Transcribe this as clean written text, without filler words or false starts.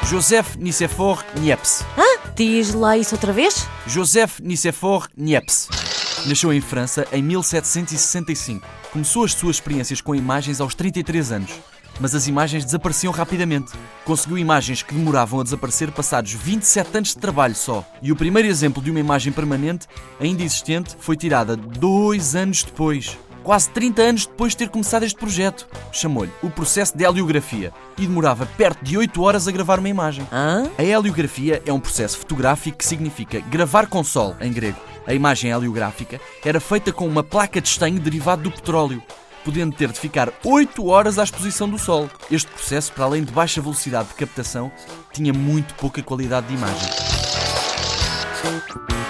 Joseph Nicéphore Niepce. Diz lá isso outra vez? Joseph Nicéphore Niepce. Nasceu em França em 1765. Começou as suas experiências com imagens aos 33 anos. Mas as imagens desapareciam rapidamente. Conseguiu imagens que demoravam a desaparecer passados 27 anos de trabalho só. E o primeiro exemplo de uma imagem permanente, ainda existente, foi tirada 2 anos depois. Quase 30 anos depois de ter começado este projeto. Chamou-lhe o processo de heliografia e demorava perto de 8 horas a gravar uma imagem. A heliografia é um processo fotográfico que significa gravar com sol, em grego. A imagem heliográfica era feita com uma placa de estanho derivado do petróleo, podendo ter de ficar 8 horas à exposição do sol. Este processo, para além de baixa velocidade de captação, tinha muito pouca qualidade de imagem.